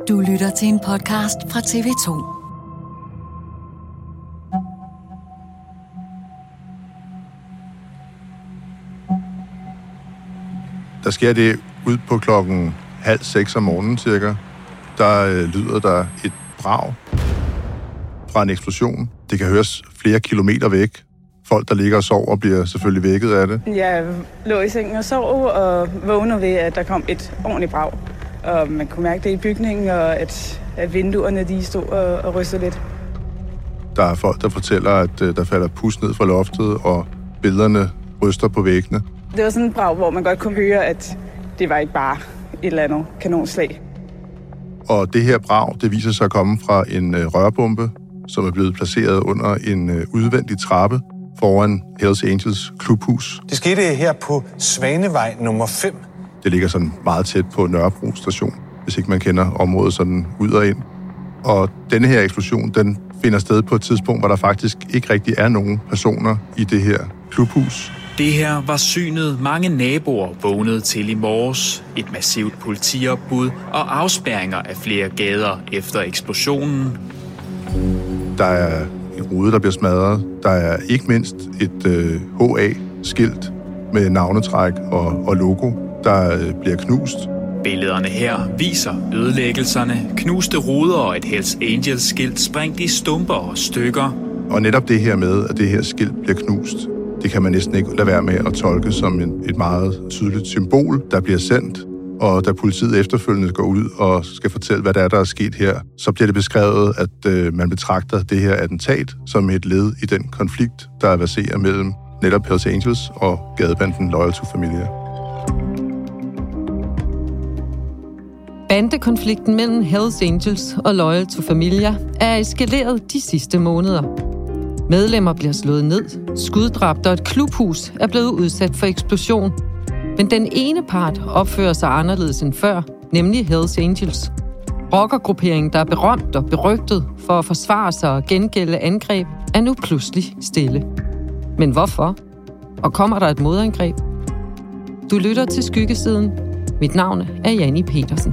Du lytter til en podcast fra TV2. Der sker det ud på 5:30 om morgenen cirka. Der lyder der et brag fra en eksplosion. Det kan høres flere kilometer væk. Folk, der ligger og sover, bliver selvfølgelig vækket af det. Jeg lå i sengen og sov og vågnede ved, at der kom et ordentligt brag. Og man kunne mærke det i bygningen, og at vinduerne de stod og rystede lidt. Der er folk, der fortæller, at der falder pus ned fra loftet, og billederne ryster på væggene. Det var sådan et brag, hvor man godt kunne høre, at det var ikke bare et eller andet kanonslag. Og det her brag, det viser sig at komme fra en rørbombe, som er blevet placeret under en udvendig trappe foran Hells Angels klubhus. Det skete her på Svanevej nummer 5. Det ligger sådan meget tæt på Nørrebro station, hvis ikke man kender området sådan ud og ind. Og denne her eksplosion, den finder sted på et tidspunkt, hvor der faktisk ikke rigtig er nogen personer i det her klubhus. Det her var synet mange naboer vågnede til i morges. Et massivt politiopbud og afspærringer af flere gader efter eksplosionen. Der er en rude, der bliver smadret. Der er ikke mindst et HA-skilt med navnetræk og logo, der bliver knust. Billederne her viser ødelæggelserne, knuste ruder og et Hells Angels-skilt sprængt i stumper og stykker. Og netop det her med, at det her skilt bliver knust, det kan man næsten ikke lade være med at tolke som et meget tydeligt symbol, der bliver sendt. Og da politiet efterfølgende går ud og skal fortælle, hvad der er sket her, så bliver det beskrevet, at man betragter det her attentat som et led i den konflikt, der verserer mellem netop Hells Angels og gadebanden Loyal To Familia. Bandekonflikten mellem Hells Angels og Loyal To Familia er eskaleret de sidste måneder. Medlemmer bliver slået ned, skuddræbt og et klubhus er blevet udsat for eksplosion. Men den ene part opfører sig anderledes end før, nemlig Hells Angels. Rockergrupperingen, der er berømt og berygtet for at forsvare sig og gengælde angreb, er nu pludselig stille. Men hvorfor? Og kommer der et modangreb? Du lytter til Skyggesiden. Mit navn er Janni Petersen.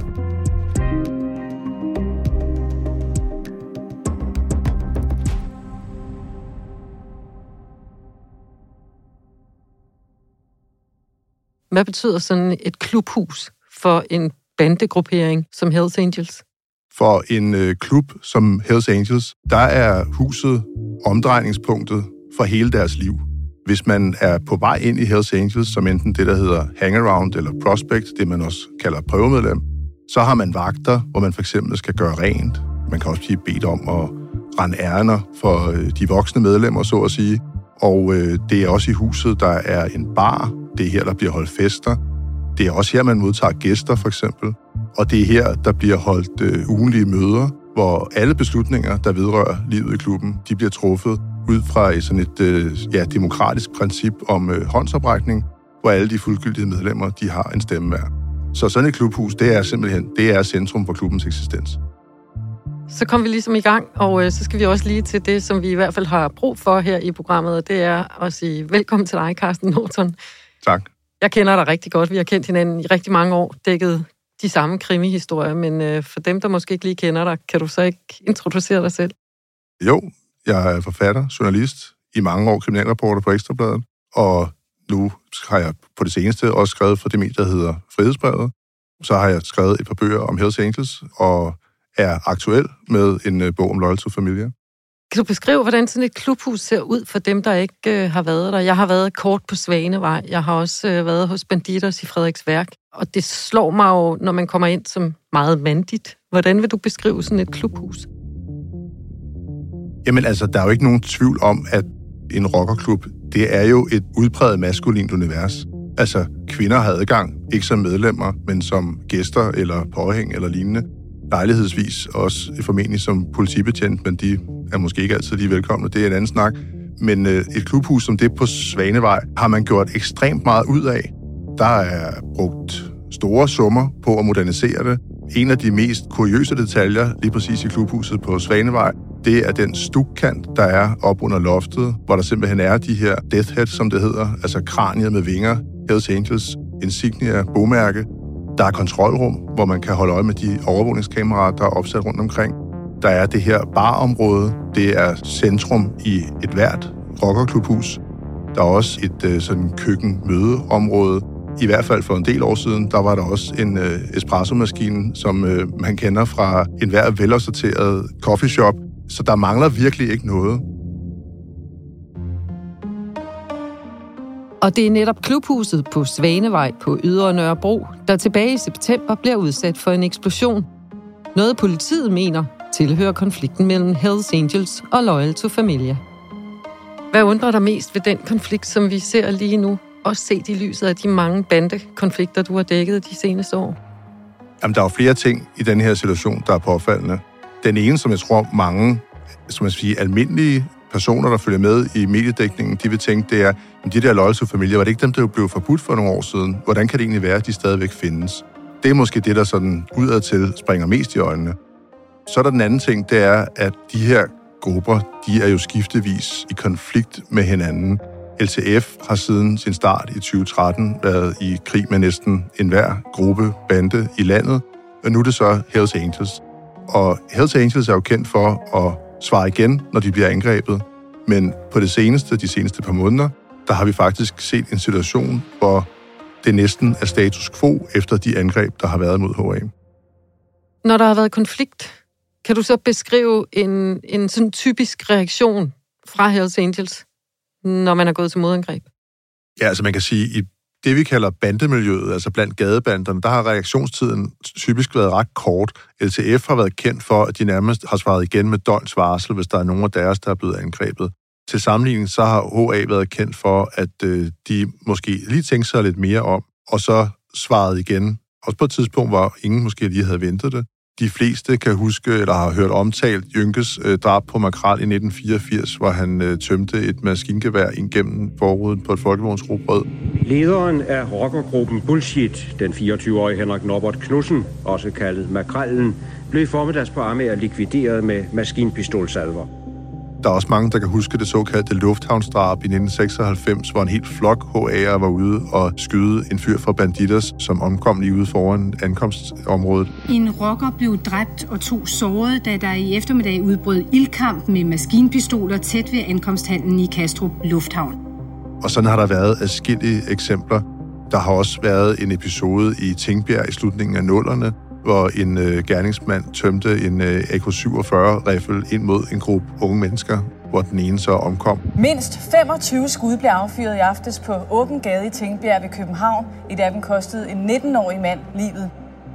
Hvad betyder sådan et klubhus for en bandegruppering som Hells Angels? For en klub som Hells Angels, der er huset omdrejningspunktet for hele deres liv. Hvis man er på vej ind i Hells Angels, som enten det, der hedder hangaround eller prospect, det man også kalder prøvemedlem, så har man vagter, hvor man for eksempel skal gøre rent. Man kan også blive bedt om at rende ærender for de voksne medlemmer, så at sige. Og det er også i huset, der er en bar. Det er her, der bliver holdt fester. Det er også her, man modtager gæster, for eksempel. Og det er her, der bliver holdt ugentlige møder, hvor alle beslutninger, der vedrører livet i klubben, de bliver truffet ud fra sådan et demokratisk princip om håndsoprækning, hvor alle de fuldgyldige medlemmer, de har en stemme hver. Så sådan et klubhus, det er simpelthen centrum for klubbens eksistens. Så kom vi ligesom i gang, og så skal vi også lige til det, som vi i hvert fald har brug for her i programmet, og det er at sige velkommen til dig, Carsten Norton. Tak. Jeg kender dig rigtig godt. Vi har kendt hinanden i rigtig mange år, dækket de samme krimihistorier, men for dem, der måske ikke lige kender dig, kan du så ikke introducere dig selv? Jo, jeg er forfatter, journalist, i mange år kriminalreporter på Ekstra Bladet, og nu har jeg på det seneste også skrevet for det medie, der hedder Frihedsbrevet. Så har jeg skrevet et par bøger om Hells Angels, og er aktuel med en bog om Loyal To Familia. Kan du beskrive, hvordan sådan et klubhus ser ud for dem, der ikke har været der? Jeg har været kort på Svanevej. Jeg har også været hos Bandidos i Frederiksværk. Og det slår mig jo, når man kommer ind som meget mandigt. Hvordan vil du beskrive sådan et klubhus? Jamen altså, der er jo ikke nogen tvivl om, at en rockerklub, det er jo et udpræget maskulint univers. Altså, kvinder har adgang, ikke som medlemmer, men som gæster eller påhæng eller lignende. Lejlighedsvis også formentlig som politibetjent, men de er måske ikke altid lige velkomne. Det er en anden snak. Men et klubhus som det på Svanevej har man gjort ekstremt meget ud af. Der er brugt store summer på at modernisere det. En af de mest kuriøse detaljer lige præcis i klubhuset på Svanevej, det er den stukkant, der er op under loftet, hvor der simpelthen er de her death heads, som det hedder, altså kranier med vinger, Hells Angels insignia, bogmærke. Der er kontrolrum, hvor man kan holde øje med de overvågningskameraer, der er opsat rundt omkring. Der er det her barområde. Det er centrum i et hvert rockerklubhus. Der er også et sådan køkken-mødeområde. I hvert fald for en del år siden, der var der også en espresso-maskine, som man kender fra enhver velsorteret coffeeshop. Så der mangler virkelig ikke noget. Og det er netop klubhuset på Svanevej på Ydre Nørrebro, der tilbage i september bliver udsat for en eksplosion. Noget politiet mener tilhører konflikten mellem Hells Angels og Loyal to Familia. Hvad undrer dig mest ved den konflikt, som vi ser lige nu? Også set i lyset af de mange bandekonflikter, du har dækket de seneste år? Jamen, der er jo flere ting i den her situation, der er påfaldende. Den ene, som jeg tror mange, som jeg siger, almindelige personer, der følger med i mediedækningen, de vil tænke, det er, at de der Loyal to Familia, var det ikke dem, der blev forbudt for nogle år siden? Hvordan kan det egentlig være, at de stadigvæk findes? Det er måske det, der sådan udadtil springer mest i øjnene. Så er der den anden ting, det er, at de her grupper, de er jo skiftevis i konflikt med hinanden. LTF har siden sin start i 2013 været i krig med næsten enhver gruppe, bande i landet, og nu er det så Hells Angels. Og Hells Angels er jo kendt for at svare igen, når de bliver angrebet, men på de seneste par måneder, der har vi faktisk set en situation, hvor det næsten er status quo efter de angreb, der har været mod HA. Når der har været konflikt, kan du så beskrive en sådan typisk reaktion fra Hells Angels, når man er gået til modangreb? Ja, altså man kan sige, i det vi kalder bandemiljøet, altså blandt gadebanderne, der har reaktionstiden typisk været ret kort. LTF har været kendt for, at de nærmest har svaret igen med døgns varsel, hvis der er nogen af deres, der er blevet angrebet. Til sammenligning så har HA været kendt for, at de måske lige tænkte sig lidt mere om, og så svarede igen. Også på et tidspunkt, hvor ingen måske lige havde ventet det. De fleste kan huske, eller har hørt omtalt Jynkes drab på Makrel i 1984, hvor han tømte et maskingevær ind gennem forruden på et folkevognsrugbrød. Lederen af rockergruppen Bullshit, den 24-årige Henrik Norbert Knudsen, også kaldet Makrellen, blev i formiddags på Amager likvideret med maskinpistolsalver. Der er også mange, der kan huske det såkaldte lufthavnsdrab i 1996, hvor en helt flok HA'er var ude og skyde en fyr fra Bandidos, som omkom lige ude foran ankomstområdet. En rocker blev dræbt og 2 såret, da der i eftermiddag udbrød ildkamp med maskinpistoler tæt ved ankomsthallen i Kastrup Lufthavn. Og sådan har der været adskillige eksempler. Der har også været en episode i Tingbjerg i slutningen af 00'erne, hvor en gerningsmand tømte en AK-47-riffel ind mod en gruppe unge mennesker, hvor den ene så omkom. Mindst 25 skud blev affyret i aftes på åben gade i Tingbjerg ved København. Et af dem kostede en 19-årig mand livet.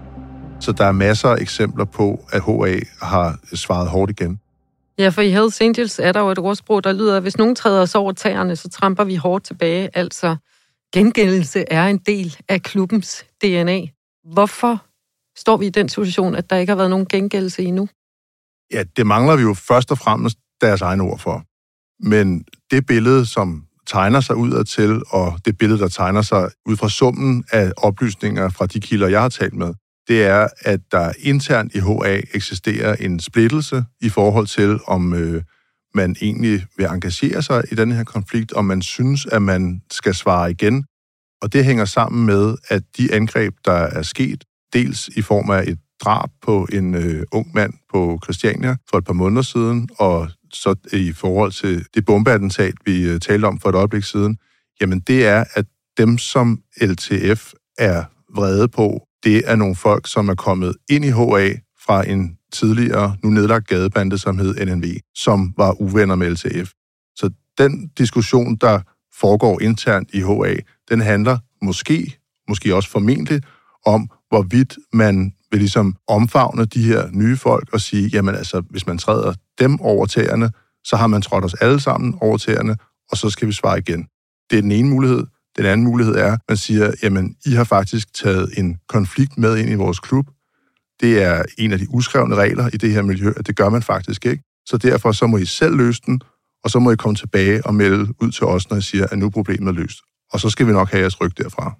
Så der er masser af eksempler på, at HA har svaret hårdt igen. Ja, for i Hells Angels er der jo et ordsprog, der lyder, at hvis nogen træder os over tæerne, så tramper vi hårdt tilbage. Altså, gengældelse er en del af klubbens DNA. Hvorfor står vi i den situation, at der ikke har været nogen gengældelse endnu? Ja, det mangler vi jo først og fremmest deres egne ord for. Men det billede, som tegner sig udadtil, og det billede, der tegner sig ud fra summen af oplysninger fra de kilder, jeg har talt med, det er, at der internt i HA eksisterer en splittelse i forhold til, om man egentlig vil engagere sig i den her konflikt, om man synes, at man skal svare igen. Og det hænger sammen med, at de angreb, der er sket, dels i form af et drab på en ung mand på Christiania for et par måneder siden, og så i forhold til det bombeattentat, vi talte om for et øjeblik siden, jamen det er, at dem, som LTF er vrede på, det er nogle folk, som er kommet ind i HA fra en tidligere, nu nedlagt gadebande, som hed NNV, som var uvenner med LTF. Så den diskussion, der foregår internt i HA, den handler måske også formentlig om, hvorvidt man vil ligesom omfavne de her nye folk og sige, jamen altså, hvis man træder dem over tæerne, så har man trådt os alle sammen over tæerne, og så skal vi svare igen. Det er den ene mulighed. Den anden mulighed er, at man siger, jamen, I har faktisk taget en konflikt med ind i vores klub. Det er en af de uskrevne regler i det her miljø, at det gør man faktisk ikke. Så derfor så må I selv løse den, og så må I komme tilbage og melde ud til os, når I siger, at nu er problemet løst. Og så skal vi nok have jeres ryg derfra.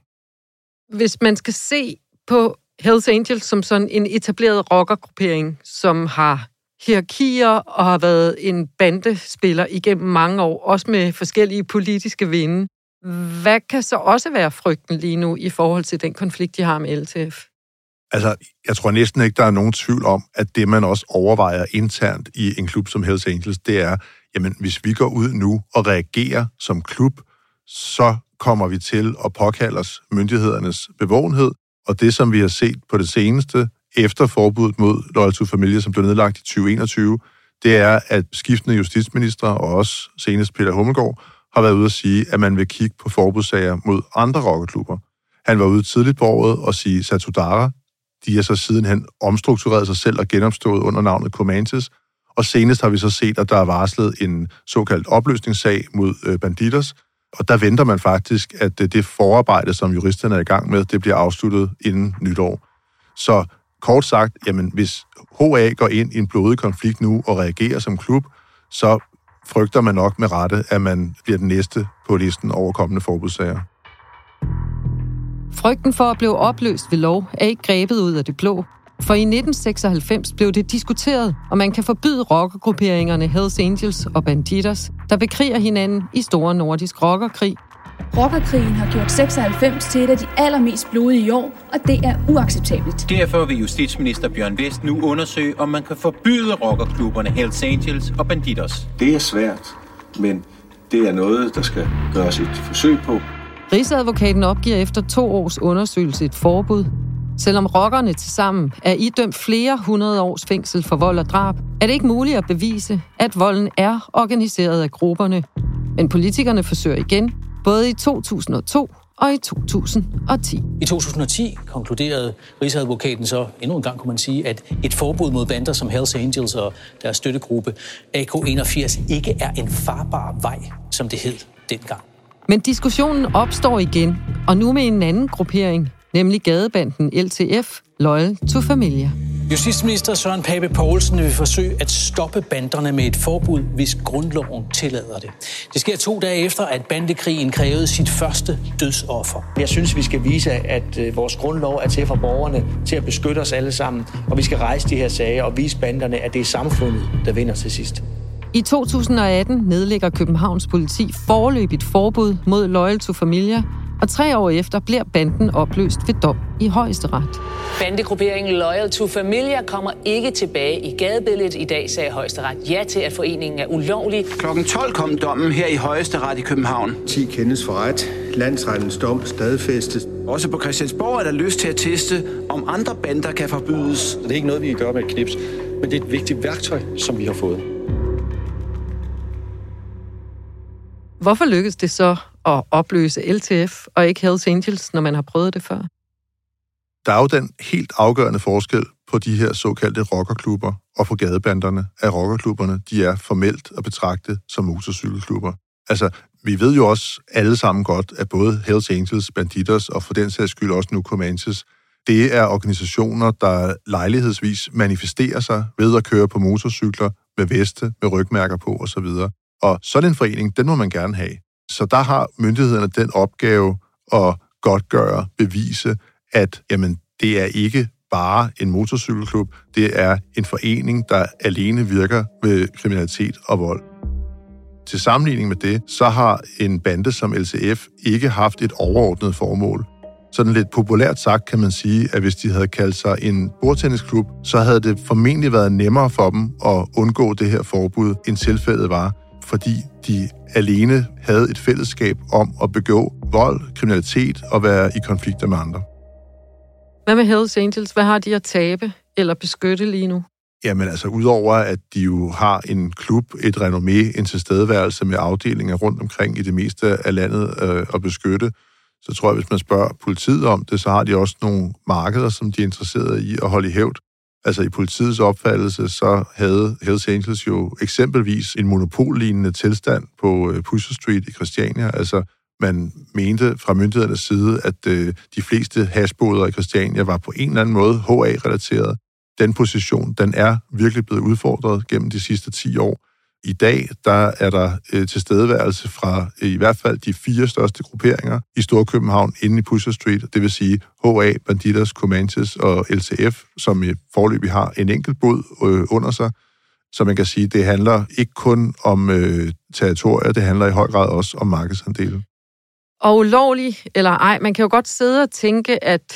Hvis man skal se på Hells Angels som sådan en etableret rockergruppering, som har hierarkier og har været en bandespiller igennem mange år, også med forskellige politiske vinde, hvad kan så også være frygten lige nu i forhold til den konflikt, de har med LTF? Altså, jeg tror næsten ikke, der er nogen tvivl om, at det, man også overvejer internt i en klub som Hells Angels, det er, jamen, hvis vi går ud nu og reagerer som klub, så kommer vi til at påkalde os myndighedernes bevågenhed, og det, som vi har set på det seneste, efter forbuddet mod Loyal to Familia, som blev nedlagt i 2021, det er, at skiftende justitsministre, og også senest Peter Hummelgaard, har været ude at sige, at man vil kigge på forbudssager mod andre rockerklubber. Han var ude tidligt på året og sige Satudara. De har så sidenhen omstruktureret sig selv og genopstået under navnet Comanches. Og senest har vi så set, at der er varslet en såkaldt opløsningssag mod Bandidos. Og der venter man faktisk, at det forarbejde, som juristerne er i gang med, det bliver afsluttet inden nytår. Så kort sagt, jamen, hvis HA går ind i en blodig konflikt nu og reagerer som klub, så frygter man nok med rette, at man bliver den næste på listen over kommende forbudssager. Frygten for at blive opløst ved lov er ikke grebet ud af det blå. For i 1996 blev det diskuteret, om man kan forbyde rockergrupperingerne Hells Angels og Bandidos, der bekriger hinanden i store nordisk rockerkrig. Rockerkrigen har gjort 96 til et af de allermest blodige i år, og det er uacceptabelt. Derfor vil justitsminister Bjørn Westh nu undersøge, om man kan forbyde rockerklubberne Hells Angels og Bandidos. Det er svært, men det er noget, der skal gøres et forsøg på. Rigsadvokaten opgiver efter 2 års undersøgelse et forbud. Selvom rockerne tilsammen er idømt flere 100 års fængsel for vold og drab, er det ikke muligt at bevise, at volden er organiseret af grupperne. Men politikerne forsøger igen, både i 2002 og i 2010. I 2010 konkluderede Rigsadvokaten så, endnu en gang kunne man sige, at et forbud mod bander som Hells Angels og deres støttegruppe AK81 ikke er en farbar vej, som det hed dengang. Men diskussionen opstår igen, og nu med en anden gruppering, nemlig gadebanden LTF, Loyal to Familia. Justitsminister Søren Pape Poulsen vil forsøge at stoppe banderne med et forbud, hvis grundloven tillader det. Det sker 2 dage efter, at bandekrigen krævede sit første dødsoffer. Jeg synes, vi skal vise, at vores grundlov er til for borgerne, til at beskytte os alle sammen, og vi skal rejse de her sager og vise banderne, at det er samfundet, der vinder til sidst. I 2018 nedlægger Københavns politi foreløbigt forbud mod Loyal to Familia, og 3 år efter bliver banden opløst ved dom i Højesteret. Bandegrupperingen Loyal to Familia kommer ikke tilbage i gadebilledet. I dag sagde Højesteret ja til, at foreningen er ulovlig. Klokken 12 kom dommen her i Højesteret i København. 10 kendes for ret. Landsrettens dom stadfæstes. Også på Christiansborg er der lyst til at teste, om andre bander kan forbydes. Det er ikke noget, vi kan gøre med et knips, men det er et vigtigt værktøj, som vi har fået. Hvorfor lykkedes det så at opløse LTF og ikke Hells Angels, når man har prøvet det før? Der er jo den helt afgørende forskel på de her såkaldte rockerklubber og på gadebanderne, at rockerklubberne, de er formelt at betragte som motorcykelklubber. Altså, vi ved jo også alle sammen godt, at både Hells Angels, Bandidos og for den sags skyld også nu Comanches, det er organisationer, der lejlighedsvis manifesterer sig ved at køre på motorcykler med veste, med rygmærker på osv. Og sådan en forening, den må man gerne have. Så der har myndighederne den opgave at godtgøre, bevise, at jamen, det er ikke bare en motorcykelklub, det er en forening, der alene virker ved kriminalitet og vold. Til sammenligning med det, så har en bande som LTF ikke haft et overordnet formål. Sådan lidt populært sagt kan man sige, at hvis de havde kaldt sig en bordtennisklub, så havde det formentlig været nemmere for dem at undgå det her forbud, end tilfældet var, fordi de alene havde et fællesskab om at begå vold, kriminalitet og være i konflikter med andre. Hvad med Hells Angels? Hvad har de at tabe eller beskytte lige nu? Jamen altså, udover at de jo har en klub, et renommé, en tilstedeværelse med afdelinger rundt omkring i det meste af landet at beskytte, så tror jeg, hvis man spørger politiet om det, så har de også nogle markeder, som de er interesserede i at holde i hævd. Altså i politiets opfattelse, så havde Hells Angels jo eksempelvis en monopollignende tilstand på Pusher Street i Christiania. Altså man mente fra myndighedernes side, at de fleste hashboder i Christiania var på en eller anden måde HA-relateret. Den position, den er virkelig blevet udfordret gennem de sidste 10 år. I dag, der er der tilstedeværelse fra i hvert fald de 4 største grupperinger i Storkøbenhavn inde i Pusher Street. Det vil sige HA, Bandidos, Comanches og LTF, som i forløbig har en enkelt bod under sig. Så man kan sige, det handler ikke kun om territorier, det handler i høj grad også om markedsandele. Og ulovlig eller ej, man kan jo godt sidde og tænke, at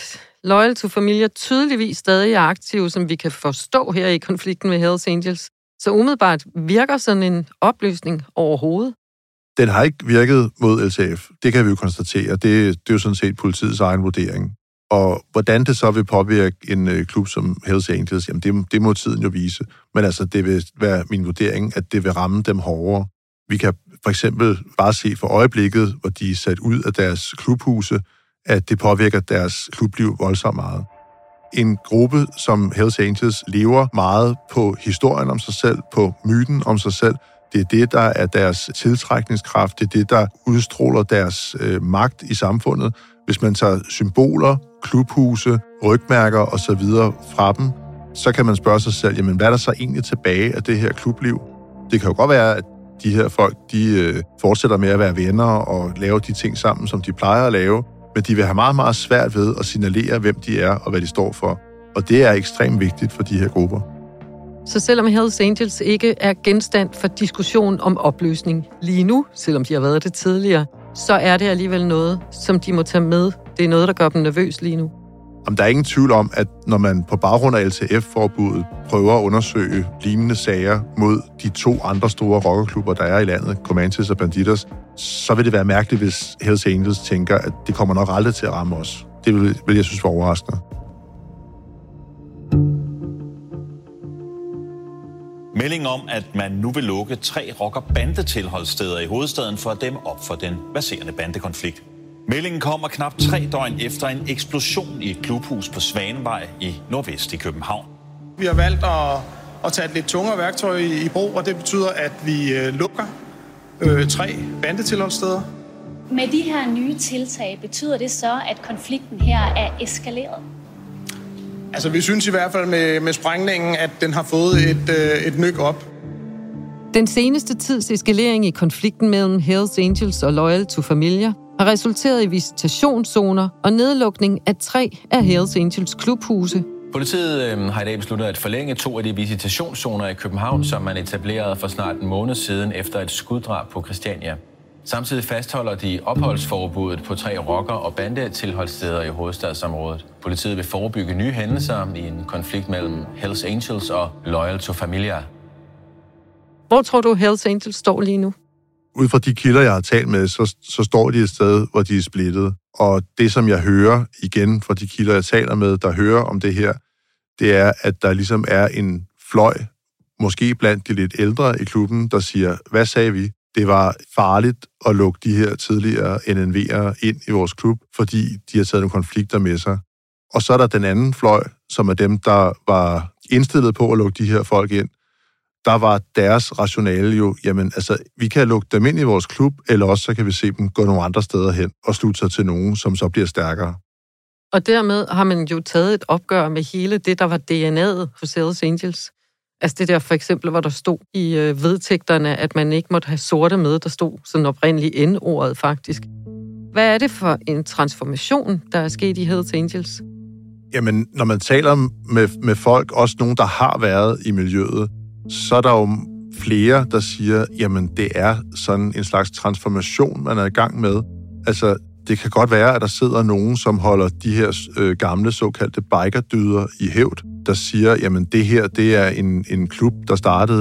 Loyal to Familia tydeligvis stadig er aktive, som vi kan forstå her i konflikten med Hells Angels. Så umiddelbart virker sådan en opløsning overhovedet? Den har ikke virket mod LTF. Det kan vi jo konstatere. Det er jo sådan set politiets egen vurdering. Og hvordan det så vil påvirke en klub som Hells Angels, jamen det må tiden jo vise. Men altså, det vil være min vurdering, at det vil ramme dem hårdere. Vi kan for eksempel bare se for øjeblikket, hvor de er sat ud af deres klubhuse, at det påvirker deres klubliv voldsomt meget. En gruppe som Hells Angels lever meget på historien om sig selv, på myten om sig selv. Det er det, der er deres tiltrækningskraft, det er det, der udstråler deres magt i samfundet. Hvis man tager symboler, klubhuse, rygmærker osv. fra dem, så kan man spørge sig selv, jamen hvad er der så egentlig tilbage af det her klubliv? Det kan jo godt være, at de her folk, de fortsætter med at være venner og lave de ting sammen, som de plejer at lave, men de vil have meget, meget svært ved at signalere, hvem de er og hvad de står for. Og det er ekstremt vigtigt for de her grupper. Så selvom Hells Angels ikke er genstand for diskussion om opløsning lige nu, selvom de har været det tidligere, så er det alligevel noget, som de må tage med. Det er noget, der gør dem nervøs lige nu. Der er ingen tvivl om, at når man på baggrund af LTF-forbuddet prøver at undersøge lignende sager mod de 2 andre store rockerklubber, der er i landet, Comanches og Bandidos, så vil det være mærkeligt, hvis Hells Angels tænker, at det kommer nok aldrig til at ramme os. Det vil jeg synes var overraskende. Melding om, at man nu vil lukke 3 rocker-bandetilholdssteder i hovedstaden for at dæmme op for den verserende bandekonflikt. Meldingen kommer knap 3 døgn efter en eksplosion i et klubhus på Svanevej i Nordvest i København. Vi har valgt at tage et lidt tungere værktøj i brug, og det betyder, at vi lukker 3 bandetilholdssteder. Med de her nye tiltag betyder det så, at konflikten her er eskaleret? Altså, vi synes i hvert fald med sprængningen, at den har fået et nyk op. Den seneste tids eskalering i konflikten mellem Hells Angels og Loyal to Familia har resulteret i visitationszoner og nedlukning af 3 af Hells Angels klubhuse. Politiet har i dag besluttet at forlænge 2 af de visitationszoner i København, som man etablerede for snart en måned siden efter et skuddrab på Christiania. Samtidig fastholder de opholdsforbuddet på 3 rocker- og bandetilholdssteder i hovedstadsområdet. Politiet vil forebygge nye hændelser i en konflikt mellem Hells Angels og Loyal to Familia. Hvor tror du, Hells Angels står lige nu? Ud fra de kilder, jeg har talt med, så står de et sted, hvor de er splittet. Og det, som jeg hører igen fra de kilder, jeg taler med, der hører om det her, det er, at der ligesom er en fløj, måske blandt de lidt ældre i klubben, der siger, hvad sagde vi? Det var farligt at lukke de her tidligere NNV'ere ind i vores klub, fordi de har taget nogle konflikter med sig. Og så er der den anden fløj, som er dem, der var indstillet på at lukke de her folk ind. Der var deres rationale jo, jamen altså, vi kan lukke dem ind i vores klub, eller også så kan vi se dem gå nogle andre steder hen og slutte sig til nogen, som så bliver stærkere. Og dermed har man jo taget et opgør med hele det, der var DNA'et hos Hells Angels. Altså det der for eksempel, hvor der stod i vedtægterne, at man ikke måtte have sorte med, der stod sådan oprindeligt N-ordet faktisk. Hvad er det for en transformation, der er sket i Hells Angels? Jamen, når man taler med folk, også nogen, der har været i miljøet, så er der jo flere, der siger, jamen det er sådan en slags transformation, man er i gang med. Altså, det kan godt være, at der sidder nogen, som holder de her gamle såkaldte bikerdyder i hævd, der siger, jamen det her, det er en klub, der startede i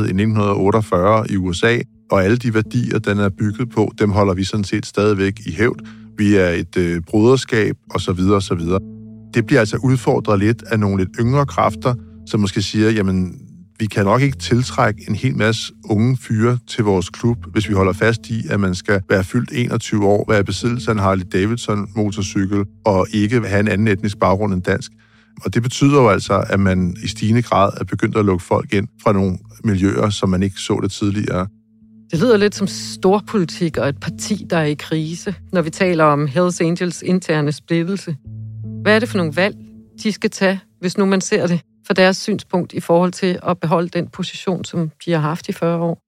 1948 i USA, og alle de værdier, den er bygget på, dem holder vi sådan set stadigvæk i hævd. Vi er et broderskab, osv. osv. Det bliver altså udfordret lidt af nogle lidt yngre kræfter, som måske siger, jamen vi kan nok ikke tiltrække en hel masse unge fyre til vores klub, hvis vi holder fast i, at man skal være fyldt 21 år, være i besiddelse af en Harley Davidson motorcykel og ikke have en anden etnisk baggrund end dansk. Og det betyder jo altså, at man i stigende grad er begyndt at lukke folk ind fra nogle miljøer, som man ikke så det tidligere. Det lyder lidt som storpolitik og et parti, der er i krise, når vi taler om Hells Angels interne splittelse. Hvad er det for nogle valg, de skal tage, hvis nu man ser det fra deres synspunkt i forhold til at beholde den position, som de har haft i 40 år?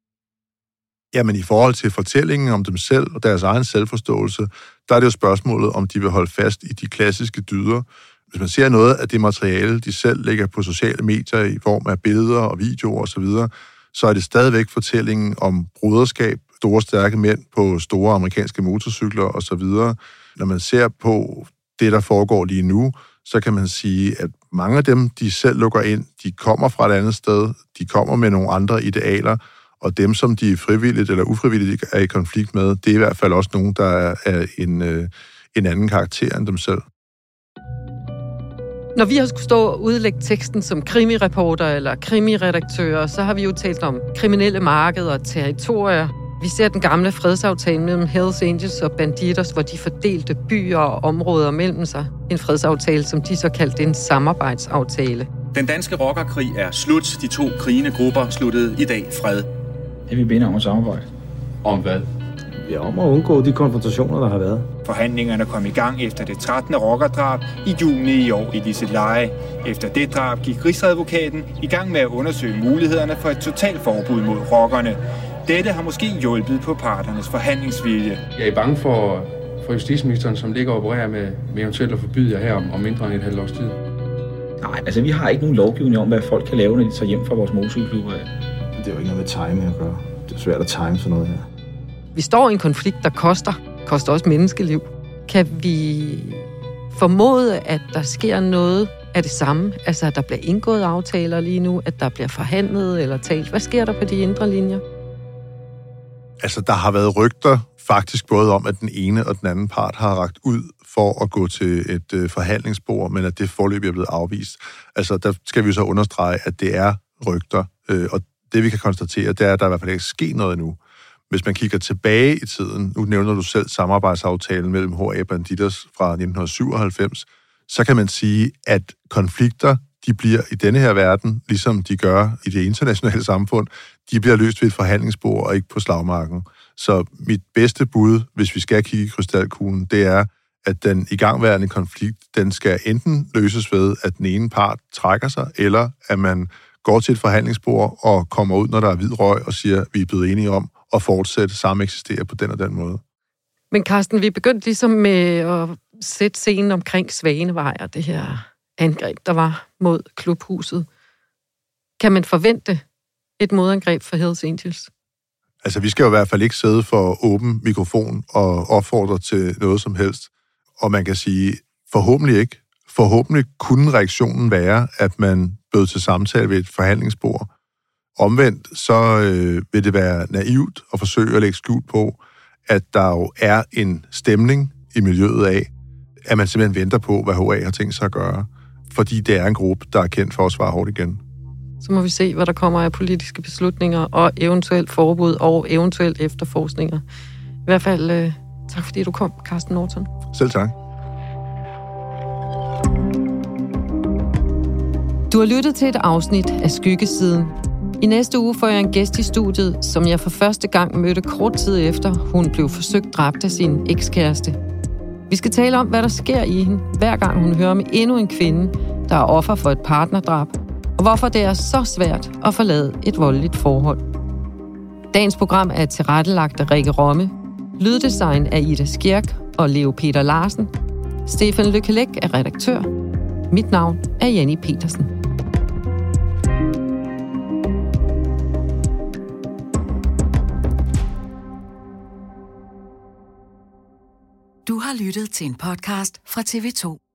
Jamen i forhold til fortællingen om dem selv og deres egen selvforståelse, der er det jo spørgsmålet, om de vil holde fast i de klassiske dyder. Hvis man ser noget af det materiale, de selv lægger på sociale medier i form af billeder og videoer osv., så er det stadigvæk fortællingen om broderskab, store stærke mænd på store amerikanske motorcykler osv. Når man ser på det, der foregår lige nu, så kan man sige, at mange af dem, de selv lukker ind, de kommer fra et andet sted, de kommer med nogle andre idealer, og dem, som de frivilligt eller ufrivilligt er i konflikt med, det er i hvert fald også nogen, der er en anden karakter end dem selv. Når vi har skulle stå og udlægge teksten som krimireporter eller krimiredaktører, så har vi jo talt om kriminelle markeder og territorier. Vi ser den gamle fredsaftale mellem Hells Angels og Bandidos, hvor de fordelte byer og områder mellem sig. En fredsaftale, som de så kaldte en samarbejdsaftale. Den danske rockerkrig er slut. De 2 krigende grupper sluttede i dag fred. Det vi beder om at samarbejde. Om hvad? Ja, om at undgå de konfrontationer, der har været. Forhandlingerne kom i gang efter det 13. rockerdrab i juni i år i Liseleje. Efter det drab gik Rigsadvokaten i gang med at undersøge mulighederne for et totalt forbud mod rockerne. Dette har måske hjulpet på parternes forhandlingsvilje. Jeg er bange for justitsministeren, som ligger og opererer med eventuelt at forbyde jer her om mindre end et halvt års tid. Nej, altså vi har ikke nogen lovgivning om, hvad folk kan lave, når de tager hjem fra vores motorcykelklubber. Det er jo ikke noget med timing at gøre. Det er svært at time sådan noget her. Vi står i en konflikt, der koster også menneskeliv. Kan vi formode, at der sker noget af det samme? Altså, at der bliver indgået aftaler lige nu, at der bliver forhandlet eller talt. Hvad sker der på de indre linjer? Altså, der har været rygter faktisk både om, at den ene og den anden part har rakt ud for at gå til et forhandlingsbord, men at det forløb er blevet afvist. Altså, der skal vi så understrege, at det er rygter, og det vi kan konstatere, det er, at der i hvert fald ikke sker noget endnu. Hvis man kigger tilbage i tiden, nu nævner du selv samarbejdsaftalen mellem HA Bandidos fra 1997, så kan man sige, at konflikter, de bliver i denne her verden, ligesom de gør i det internationale samfund, de bliver løst ved et forhandlingsbord og ikke på slagmarken. Så mit bedste bud, hvis vi skal kigge i krystalkuglen, det er, at den igangværende konflikt, den skal enten løses ved, at den ene part trækker sig, eller at man går til et forhandlingsbord og kommer ud, når der er hvid røg, og siger, at vi er blevet enige om at fortsætte sammen eksistere på den og den måde. Men Carsten, vi begyndte ligesom med at sætte scenen omkring Svanevej og det her angreb, der var mod klubhuset. Kan man forvente et modangreb for Hells Angels? Altså, vi skal jo i hvert fald ikke sidde for åben mikrofon og opfordre til noget som helst. Og man kan sige, forhåbentlig ikke. Forhåbentlig kunne reaktionen være, at man bød til samtale ved et forhandlingsbord. Omvendt, så vil det være naivt at forsøge at lægge skjul på, at der jo er en stemning i miljøet af, at man simpelthen venter på, hvad HA har tænkt sig at gøre. Fordi det er en gruppe, der er kendt for at svare hårdt igen. Så må vi se, hvad der kommer af politiske beslutninger og eventuelt forbud og eventuelt efterforskninger. I hvert fald tak, fordi du kom, Carsten Norton. Selv tak. Du har lyttet til et afsnit af Skyggesiden. I næste uge får jeg en gæst i studiet, som jeg for første gang mødte kort tid efter, hun blev forsøgt dræbt af sin ekskæreste. Vi skal tale om, hvad der sker i hende, hver gang hun hører med endnu en kvinde, der er offer for et partnerdrab, og hvorfor det er så svært at forlade et voldeligt forhold. Dagens program er tilrettelagt af Rikke Romme, lyddesign af Ida Skjerk og Leo Peter Larsen. Stefan Lykkelæk er redaktør. Mit navn er Jenny Petersen. Du har lyttet til en podcast fra TV2.